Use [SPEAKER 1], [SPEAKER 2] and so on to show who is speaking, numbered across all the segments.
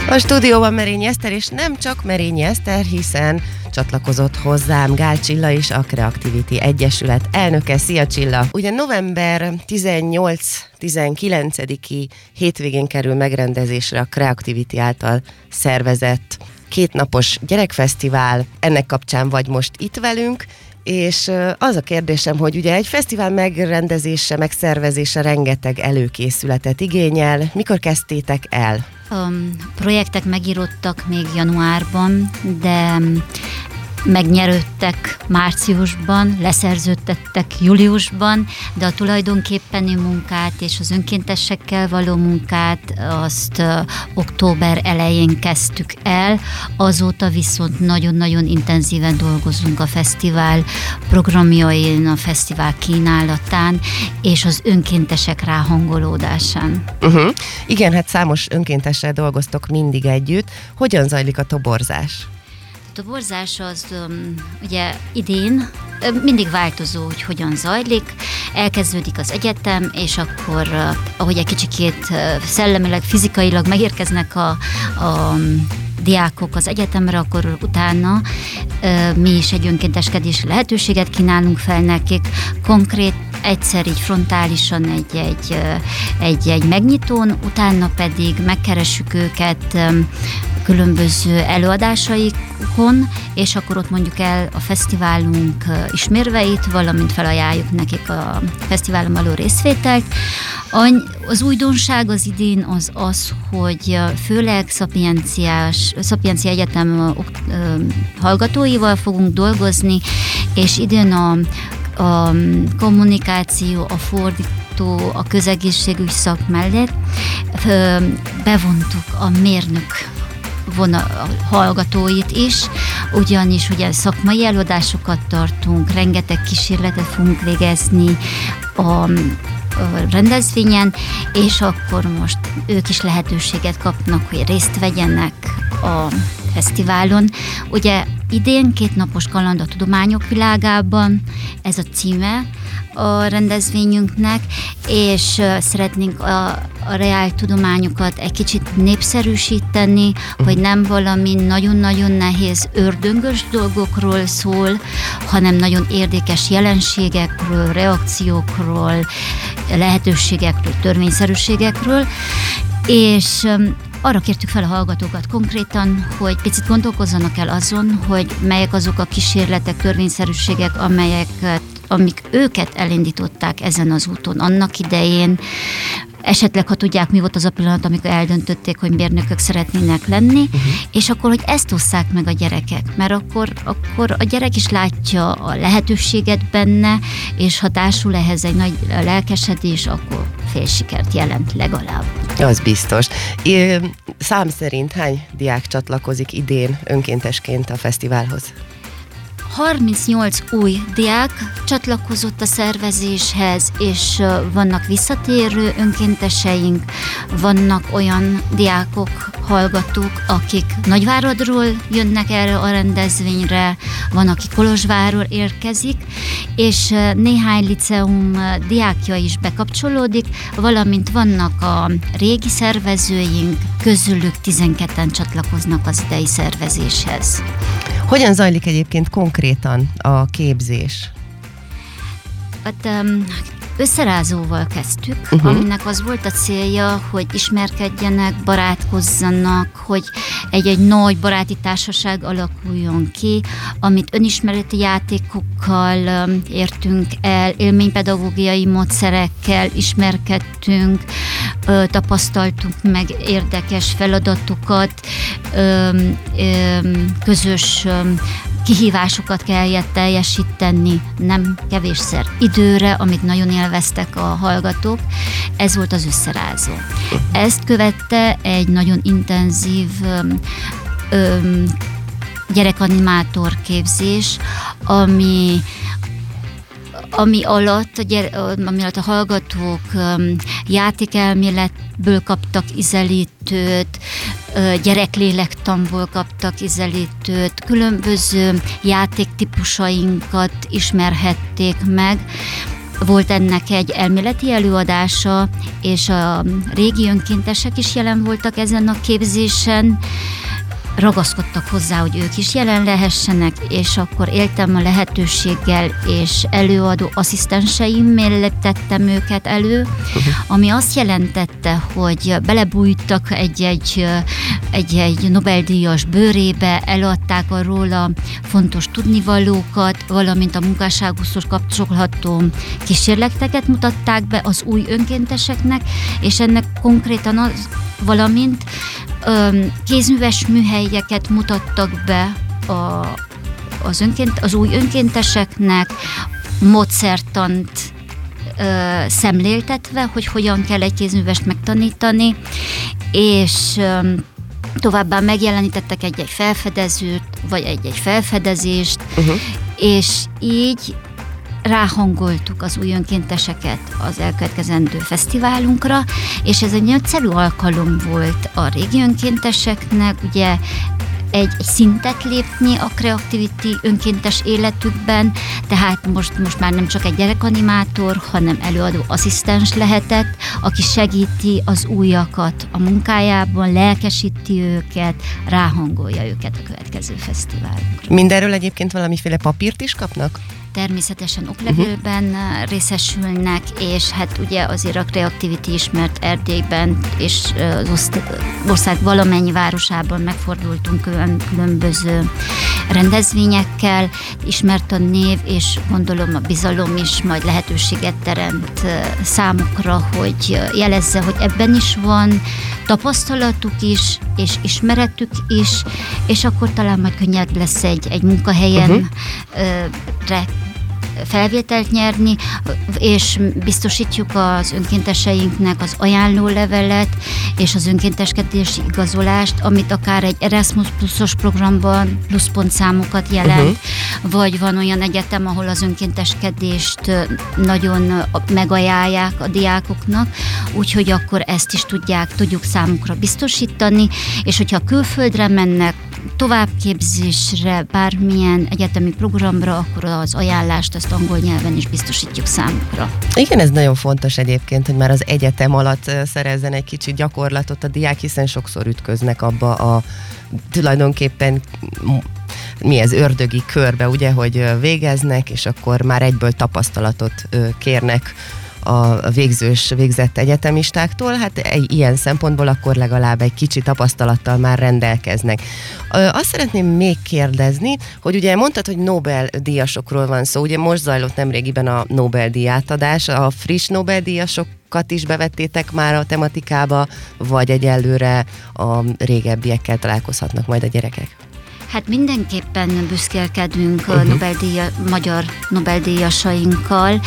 [SPEAKER 1] A stúdióban Merényi Eszter, és nem csak Merényi Eszter, hiszen csatlakozott hozzám Gál Csilla is, a Creativity Egyesület elnöke. Szia Csilla! Ugye november 18-19-i hétvégén kerül megrendezésre a Creativity által szervezett 2 napos gyerekfesztivál. Ennek kapcsán vagy most itt velünk, és az a kérdésem, hogy ugye egy fesztivál megrendezése, megszervezése rengeteg előkészületet igényel. Mikor kezdtétek el?
[SPEAKER 2] A projektek megíródtak még januárban, de megnyerődtek márciusban, leszerződtettek júliusban, de a tulajdonképpeni munkát és az önkéntesekkel való munkát azt október elején kezdtük el, azóta viszont nagyon-nagyon intenzíven dolgozunk a fesztivál programjain, a fesztivál kínálatán és az önkéntesek ráhangolódásán.
[SPEAKER 1] Igen, hát számos önkéntessel dolgoztok mindig együtt. Hogyan zajlik a toborzás?
[SPEAKER 2] A toborzás az ugye idén mindig változó, hogy hogyan zajlik. Elkezdődik az egyetem, és akkor, ahogy egy kicsikét szellemileg, fizikailag megérkeznek a diákok az egyetemre, akkor utána mi is egy önkénteskedési lehetőséget kínálunk fel nekik. Konkrét egyszer így frontálisan egy megnyitón, utána pedig megkeressük őket különböző előadásaikon, és akkor ott mondjuk el a fesztiválunk ismérveit, valamint felajánljuk nekik a fesztiválon való részvételt. Az újdonság az idén az, hogy főleg Szapiencia Egyetem hallgatóival fogunk dolgozni, és idén a kommunikáció, a fordító, a közegészségügy szak mellett bevontuk a mérnök hallgatóit is, ugyanis ugye szakmai előadásokat tartunk, rengeteg kísérletet fogunk végezni a rendezvényen, és akkor most ők is lehetőséget kapnak, hogy részt vegyenek a fesztiválon. Ugye idén 2 napos kaland a tudományok világában, ez a címe a rendezvényünknek, és szeretnénk a reál tudományokat egy kicsit népszerűsíteni, hogy nem valami nagyon-nagyon nehéz, ördöngös dolgokról szól, hanem nagyon érdekes jelenségekről, reakciókról, lehetőségekről, törvényszerűségekről, és arra kértük fel a hallgatókat konkrétan, hogy picit gondolkozzanak el azon, hogy melyek azok a kísérletek, törvényszerűségek, amik őket elindították ezen az úton annak idején. Esetleg, ha tudják, mi volt az a pillanat, amikor eldöntötték, hogy mérnökök szeretnének lenni, és akkor, hogy ezt osszák meg a gyerekek, mert akkor a gyerek is látja a lehetőséget benne, és ha társul ehhez egy nagy lelkesedés, akkor fél sikert jelent legalább.
[SPEAKER 1] Az biztos. Szám szerint hány diák csatlakozik idén önkéntesként a fesztiválhoz?
[SPEAKER 2] 38 új diák csatlakozott a szervezéshez, és vannak visszatérő önkénteseink, vannak olyan diákok, hallgatók, akik Nagyváradról jönnek erre a rendezvényre, van, aki Kolozsvárról érkezik, és néhány liceum diákja is bekapcsolódik, valamint vannak a régi szervezőink, közülük 12-en csatlakoznak az idei szervezéshez.
[SPEAKER 1] Hogyan zajlik egyébként konkrétan a képzés?
[SPEAKER 2] Hát összerázóval kezdtük, aminek az volt a célja, hogy ismerkedjenek, barátkozzanak, hogy egy nagy baráti társaság alakuljon ki, amit önismereti játékokkal értünk el, élménypedagógiai módszerekkel ismerkedtünk, tapasztaltunk meg érdekes feladatokat, közös kihívásokat kellett teljesíteni, nem kevésszer időre, amit nagyon élveztek a hallgatók. Ez volt az összerázó. Ezt követte egy nagyon intenzív gyerekanimátor képzés, ami alatt a hallgatók játékelméletből kaptak ízelítőt, gyereklélektanból kaptak ízelítőt, különböző játéktípusainkat ismerhették meg, volt ennek egy elméleti előadása, és a régi önkéntesek is jelen voltak ezen a képzésen, ragaszkodtak hozzá, hogy ők is jelen lehessenek, és akkor éltem a lehetőséggel, és előadó asszisztenseimmel léptettem őket elő, ami azt jelentette, hogy belebújtak egy Nobel-díjas bőrébe, eladták a róla fontos tudnivalókat, valamint a munkássághoz kapcsolható kísérleteket mutatták be az új önkénteseknek, és ennek konkrétan valamint kézműves műhelyeket mutattak be az új önkénteseknek, módszertant szemléltetve, hogy hogyan kell egy kézművest megtanítani, és továbbá megjelenítettek egy felfedezőt, vagy egy felfedezést, és így ráhangoltuk az új önkénteseket az elkövetkezendő fesztiválunkra, és ez egy nagyszerű alkalom volt a régi önkénteseknek, ugye egy szintet lépni a Creativity önkéntes életükben, tehát most már nem csak egy gyerekanimátor, hanem előadó asszisztens lehetett, aki segíti az újakat a munkájában, lelkesíti őket, ráhangolja őket a következő fesztiválunkra.
[SPEAKER 1] Mindenről egyébként valamiféle papírt is kapnak?
[SPEAKER 2] Természetesen oklevélben részesülnek, és hát ugye azért a Creativity ismert Erdélyben, és az ország valamennyi városában megfordultunk különböző rendezvényekkel, ismert a név, és gondolom a bizalom is majd lehetőséget teremt számukra, hogy jelezze, hogy ebben is van tapasztalatuk is, és ismeretük is, és akkor talán majd könnyebb lesz egy munkahelyen felvételt nyerni, és biztosítjuk az önkénteseinknek az ajánlólevelet és az önkénteskedési igazolást, amit akár egy Erasmus Plus-os programban pluszpontszámokat jelent, vagy van olyan egyetem, ahol az önkénteskedést nagyon megajánlják a diákoknak, úgyhogy akkor ezt is tudjuk számukra biztosítani, és hogyha külföldre mennek, továbbképzésre, bármilyen egyetemi programra, akkor az ajánlást azt angol nyelven is biztosítjuk számukra.
[SPEAKER 1] Igen, ez nagyon fontos egyébként, hogy már az egyetem alatt szerezzen egy kicsit gyakorlatot a diák, hiszen sokszor ütköznek abba a tulajdonképpen ördögi körbe, ugye, hogy végeznek, és akkor már egyből tapasztalatot kérnek a végzett egyetemistáktól, hát ilyen szempontból akkor legalább egy kicsi tapasztalattal már rendelkeznek. Azt szeretném még kérdezni, hogy ugye mondtad, hogy Nobel-díjasokról van szó, ugye most zajlott nemrégiben a Nobel-díj átadás, a friss Nobel-díjasokat is bevettétek már a tematikába, vagy egyelőre a régebbiekkel találkozhatnak majd a gyerekek?
[SPEAKER 2] Hát mindenképpen büszkélkedünk a magyar Nobel-díjasainkkal,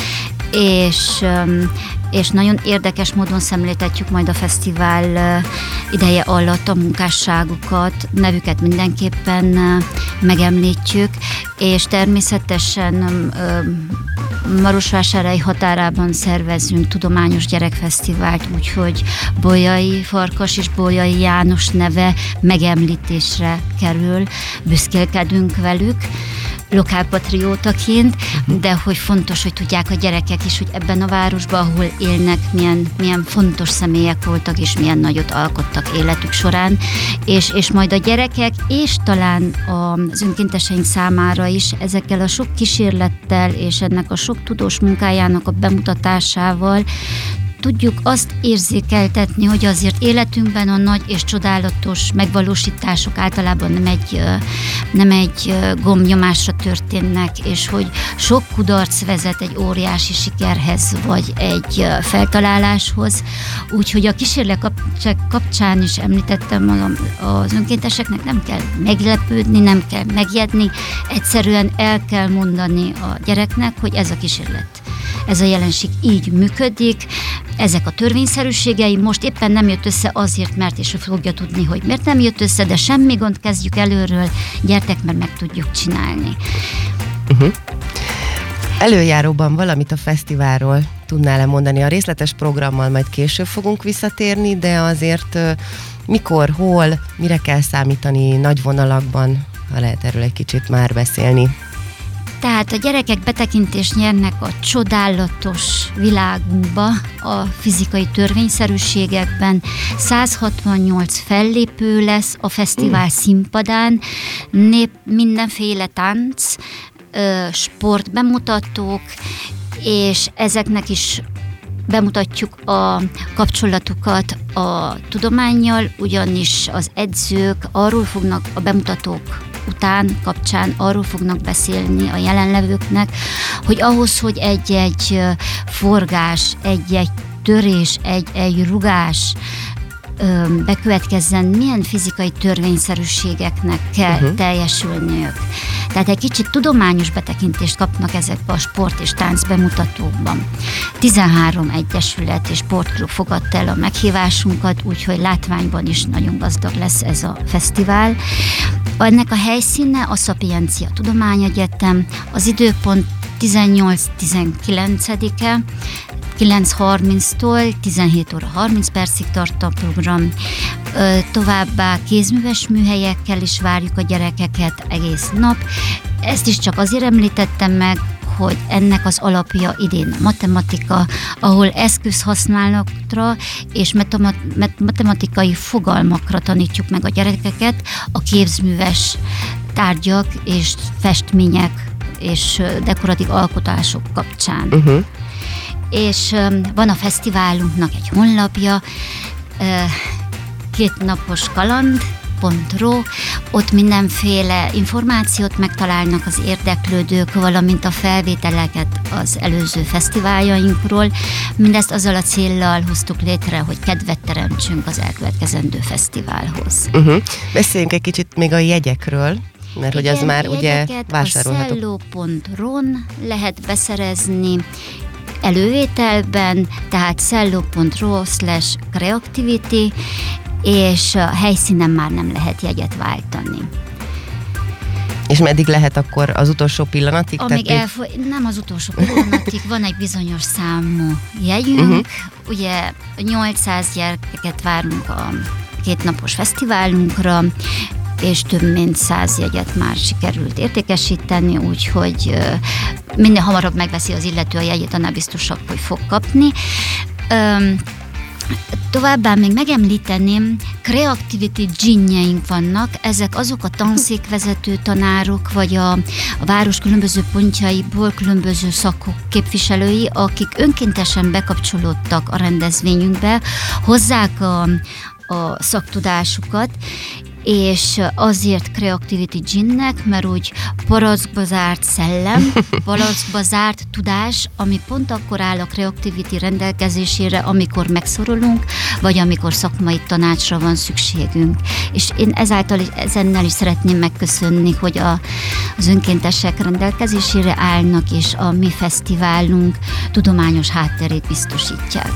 [SPEAKER 2] és nagyon érdekes módon szemléltetjük majd a fesztivál ideje alatt a munkásságukat, nevüket mindenképpen megemlítjük, és természetesen Marosvásárhely határában szervezünk tudományos gyerekfesztivált, úgyhogy Bolyai Farkas és Bolyai János neve megemlítésre kerül, büszkélkedünk velük lokálpatriótaként, de hogy fontos, hogy tudják a gyerekek is, hogy ebben a városban, ahol élnek, milyen fontos személyek voltak, és milyen nagyot alkottak életük során, és majd a gyerekek, és talán az önkénteseink számára is ezekkel a sok kísérlettel, és ennek a sok tudós munkájának a bemutatásával tudjuk azt érzékeltetni, hogy azért életünkben a nagy és csodálatos megvalósítások általában nem egy gombnyomásra történnek, és hogy sok kudarc vezet egy óriási sikerhez, vagy egy feltaláláshoz. Úgyhogy a kísérlet kapcsán is említettem, az önkénteseknek nem kell meglepődni, nem kell megijedni, egyszerűen el kell mondani a gyereknek, hogy ez a kísérlet, ez a jelenség így működik, ezek a törvényszerűségei, most éppen nem jött össze azért, mert és fogja tudni, hogy miért nem jött össze, de semmi gond, kezdjük előről, gyertek, mert meg tudjuk csinálni.
[SPEAKER 1] Előjáróban valamit a fesztiválról tudnál-e mondani? A részletes programmal majd később fogunk visszatérni, de azért mikor, hol, mire kell számítani nagy vonalakban, ha lehet erről egy kicsit már beszélni?
[SPEAKER 2] Tehát a gyerekek betekintést nyernek a csodálatos világunkba, a fizikai törvényszerűségekben. 168 fellépő lesz a fesztivál színpadán, mindenféle tánc, sportbemutatók, és ezeknek is bemutatjuk a kapcsolatukat a tudománnyal, ugyanis az edzők arról fognak a bemutatók kapcsán arról fognak beszélni a jelenlevőknek, hogy ahhoz, hogy egy-egy forgás, egy-egy törés, egy rugás bekövetkezzen, milyen fizikai törvényszerűségeknek kell teljesülniük. Tehát egy kicsit tudományos betekintést kapnak ezekbe a sport és tánc bemutatókban. 13 egyesület és sportklub fogadta el a meghívásunkat, úgyhogy látványban is nagyon gazdag lesz ez a fesztivál. Ennek a helyszíne a Szapiencia Tudományegyetem, az időpont 18-19-e, 9:30-tól 17 óra 30 percig tart a program. Továbbá kézműves műhelyekkel is várjuk a gyerekeket egész nap. Ezt is csak azért említettem meg, hogy ennek az alapja idén matematika, ahol eszközhasználatra és matematikai fogalmakra tanítjuk meg a gyerekeket a kézműves tárgyak és festmények és dekoratív alkotások kapcsán. És van a fesztiválunknak egy honlapja, 2 napos kaland.ro, ott mindenféle információt megtalálnak az érdeklődők, valamint a felvételeket az előző fesztiváljainkról. Mindezt azzal a céllal hoztuk létre, hogy kedvet teremtsünk az elkövetkezendő fesztiválhoz.
[SPEAKER 1] Beszéljünk egy kicsit még a jegyekről, mert hogy az már ugye vásárolható.
[SPEAKER 2] A cello.ron lehet beszerezni elővételben, tehát cello.ro/creativity, és a helyszínen már nem lehet jegyet váltani.
[SPEAKER 1] És meddig lehet akkor az utolsó pillanatig?
[SPEAKER 2] Nem az utolsó pillanatig, van egy bizonyos számú jegyünk, ugye 800 gyerekeket várunk a 2 napos fesztiválunkra, és több mint 100 jegyet már sikerült értékesíteni, úgyhogy minél hamarabb megveszi az illető a jegyet, annál biztosabb, hogy fog kapni. Továbbá még megemlíteném, Creativity Gynjeink vannak, ezek azok a tanszékvezető tanárok, vagy a város különböző pontjaiból különböző szakok képviselői, akik önkéntesen bekapcsolódtak a rendezvényünkbe, hozzák a szaktudásukat, és azért Creativity Gynnek, mert úgy palackba zárt szellem, palackba zárt tudás, ami pont akkor áll a Creativity rendelkezésére, amikor megszorulunk, vagy amikor szakmai tanácsra van szükségünk. És én ezennel is szeretném megköszönni, hogy az önkéntesek rendelkezésére állnak, és a mi fesztiválunk tudományos hátterét biztosítják.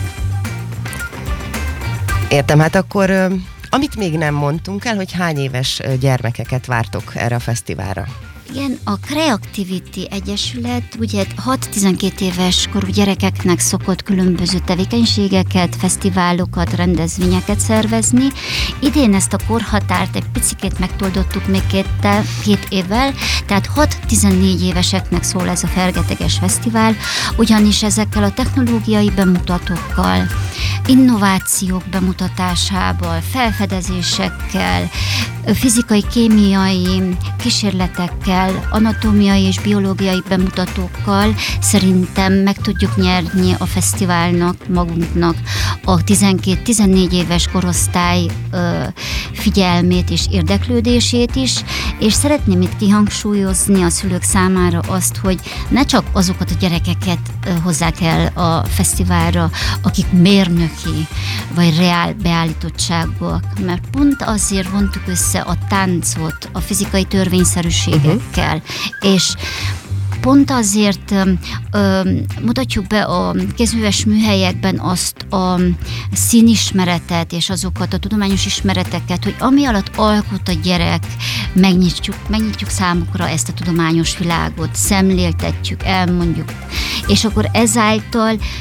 [SPEAKER 1] Értem, hát akkor amit még nem mondtunk el, hogy hány éves gyermekeket vártok erre a fesztiválra?
[SPEAKER 2] Igen, a Creativity Egyesület ugye 6-12 éves korú gyerekeknek szokott különböző tevékenységeket, fesztiválokat, rendezvényeket szervezni. Idén ezt a korhatárt egy picikét megtoldottuk még 2 évvel, tehát 6-14 éveseknek szól ez a Fergeteges Fesztivál, ugyanis ezekkel a technológiai bemutatókkal, innovációk bemutatásával, felfedezésekkel, fizikai, kémiai kísérletekkel, anatómiai és biológiai bemutatókkal szerintem meg tudjuk nyerni a fesztiválnak, magunknak a 12-14 éves korosztály figyelmét és érdeklődését is, és szeretném itt kihangsúlyozni a szülők számára azt, hogy ne csak azokat a gyerekeket hozzák el a fesztiválra, akik mérnöki vagy reál beállítottságúak, mert pont azért vontuk össze a táncot a fizikai törvényszerűségekkel, és pont azért mutatjuk be a kézműves műhelyekben azt a színismeretet és azokat a tudományos ismereteket, hogy ami alatt alkot a gyerek, megnyitjuk számukra ezt a tudományos világot, szemléltetjük, elmondjuk, és akkor ezáltal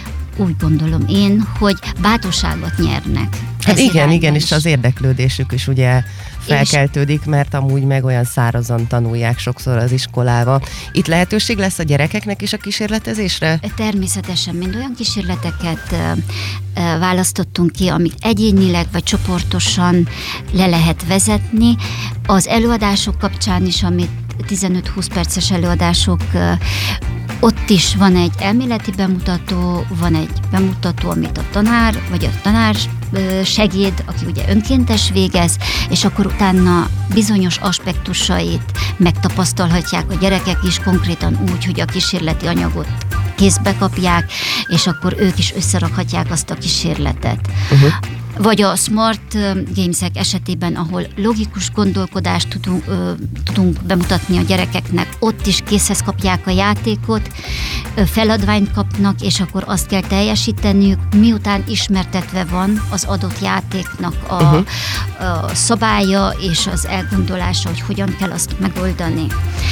[SPEAKER 2] úgy gondolom én, hogy bátorságot nyernek.
[SPEAKER 1] Hát igen, és az érdeklődésük is ugye felkeltődik, mert amúgy meg olyan szárazon tanulják sokszor az iskolába. Itt lehetőség lesz a gyerekeknek is a kísérletezésre?
[SPEAKER 2] Természetesen mind olyan kísérleteket választottunk ki, amit egyénileg vagy csoportosan le lehet vezetni. Az előadások kapcsán is, amit 15-20 perces előadások, ott is van egy elméleti bemutató, van egy bemutató, amit a tanár, vagy a tanár segéd, aki ugye önkéntes végez, és akkor utána bizonyos aspektusait megtapasztalhatják a gyerekek is, konkrétan úgy, hogy a kísérleti anyagot kézbe kapják, és akkor ők is összerakhatják azt a kísérletet. Vagy a Smart Games-ek esetében, ahol logikus gondolkodást tudunk bemutatni a gyerekeknek, ott is készhez kapják a játékot, feladványt kapnak, és akkor azt kell teljesíteniük, miután ismertetve van az adott játéknak a szabálya és az elgondolása, hogy hogyan kell azt megoldani.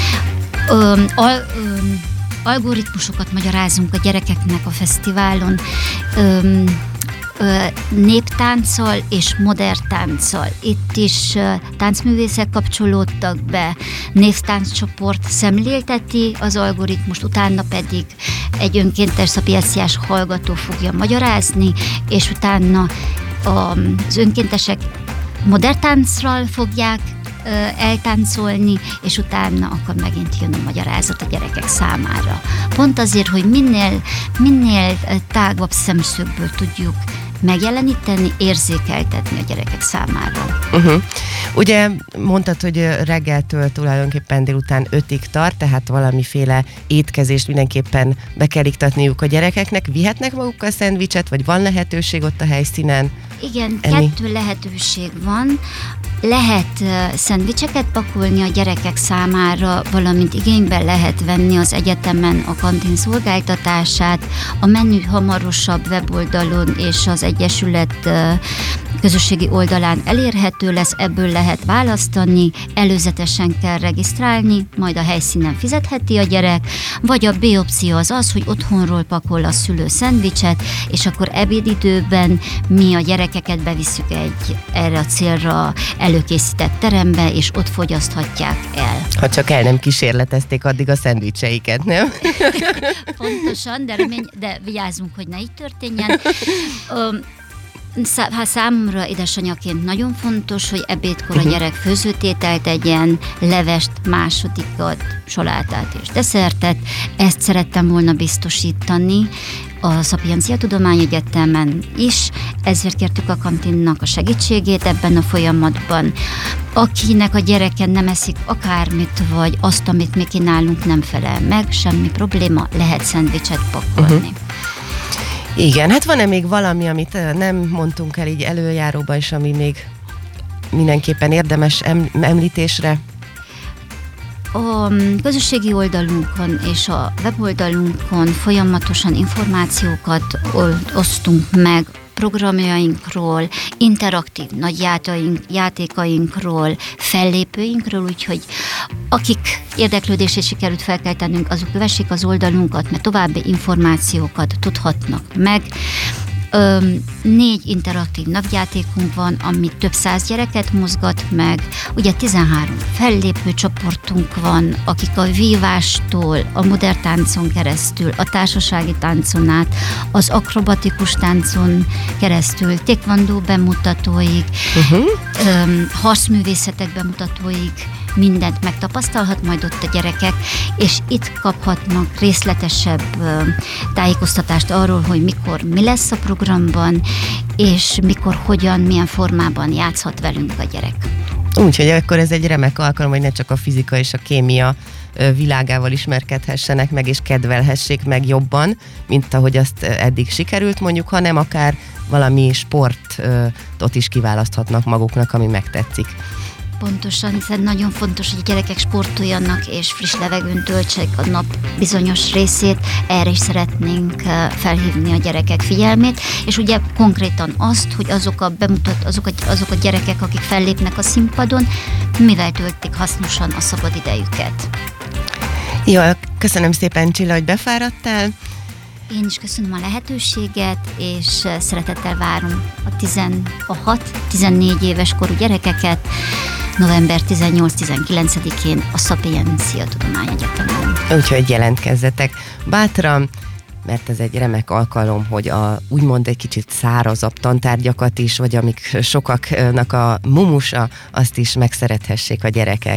[SPEAKER 2] Algoritmusokat magyarázunk a gyerekeknek a fesztiválon, néptánccal és modern tánccal. Itt is táncművészek kapcsolódtak be, néptánccsoport szemlélteti az algoritmust, utána pedig egy önkéntes szapienciás hallgató fogja magyarázni, és utána az önkéntesek modern táncral fogják eltáncolni, és utána akkor megint jön a magyarázat a gyerekek számára. Pont azért, hogy minél tágabb szemszögből tudjuk megjeleníteni, érzékeltetni a gyerekek számára.
[SPEAKER 1] Ugye mondtad, hogy reggeltől tulajdonképpen délután 5-ig tart, tehát valamiféle étkezést mindenképpen be kell iktatniuk a gyerekeknek. Vihetnek magukkal szendvicset, vagy van lehetőség ott a helyszínen?
[SPEAKER 2] Igen, kettő lehetőség van. Lehet szendvicseket pakolni a gyerekek számára, valamint igénybe lehet venni az egyetemen a kantin szolgáltatását. A menü hamarosabb weboldalon és az Egyesület közösségi oldalán elérhető lesz, ebből lehet választani, előzetesen kell regisztrálni, majd a helyszínen fizetheti a gyerek, vagy a B opció az, hogy otthonról pakol a szülő szendvicset, és akkor ebédidőben mi a gyerekeket bevisszük egy erre a célra előkészített terembe, és ott fogyaszthatják el.
[SPEAKER 1] Ha csak el nem kísérletezték addig a szendvicseiket, nem?
[SPEAKER 2] Pontosan, de vigyázzunk, hogy ne így történjen. Számomra édesanyaként nagyon fontos, hogy ebédkor a gyerek főzőtételt tegyen, levest, másodikat, salátát és desszertet. Ezt szerettem volna biztosítani a Szapiencia Tudományegyetemen is, ezért kértük a kantinnak a segítségét ebben a folyamatban. Akinek a gyereke nem eszik akármit, vagy azt, amit mi kínálunk, nem felel meg, semmi probléma, lehet szendvicset pakolni.
[SPEAKER 1] Igen, hát van-e még valami, amit nem mondtunk el így előjáróban, és ami még mindenképpen érdemes említésre?
[SPEAKER 2] A közösségi oldalunkon és a weboldalunkon folyamatosan információkat osztunk meg programjainkról, interaktív nagy játékainkról, fellépőinkről, úgyhogy akik érdeklődését sikerült felkeltenünk, azok kövessék az oldalunkat, mert további információkat tudhatnak meg. 4 interaktív napjátékunk van, ami több 100 gyereket mozgat meg. Ugye 13 fellépő csoportunk van, akik a vívástól, a modern táncon keresztül, a társasági táncon át, az akrobatikus táncon keresztül, taekwondo bemutatóig, harcművészetek bemutatóig mindent megtapasztalhat majd ott a gyerekek, és itt kaphatnak részletesebb tájékoztatást arról, hogy mikor mi lesz a programban, és mikor, hogyan, milyen formában játszhat velünk a gyerek.
[SPEAKER 1] Úgyhogy akkor ez egy remek alkalom, hogy ne csak a fizika és a kémia világával ismerkedhessenek meg, és kedvelhessék meg jobban, mint ahogy azt eddig sikerült mondjuk, hanem akár valami sportot is kiválaszthatnak maguknak, ami megtetszik.
[SPEAKER 2] Pontosan, hiszen nagyon fontos, hogy a gyerekek sportoljanak és friss levegőn töltsék a nap bizonyos részét. Erre is szeretnénk felhívni a gyerekek figyelmét, és ugye konkrétan azt, hogy azok a gyerekek, akik fellépnek a színpadon, mivel töltik hasznosan a szabadidejüket.
[SPEAKER 1] Jó, köszönöm szépen, Csilla, hogy befáradtál.
[SPEAKER 2] Én is köszönöm a lehetőséget, és szeretettel várom a 6-14 éves korú gyerekeket november 18-19-én a Szapiencia Tudományegyetemen.
[SPEAKER 1] Úgyhogy jelentkezzetek bátran, mert ez egy remek alkalom, hogy úgymond egy kicsit szárazabb tantárgyakat is, vagy amik sokaknak a mumusa, azt is megszerethessék a gyerekek.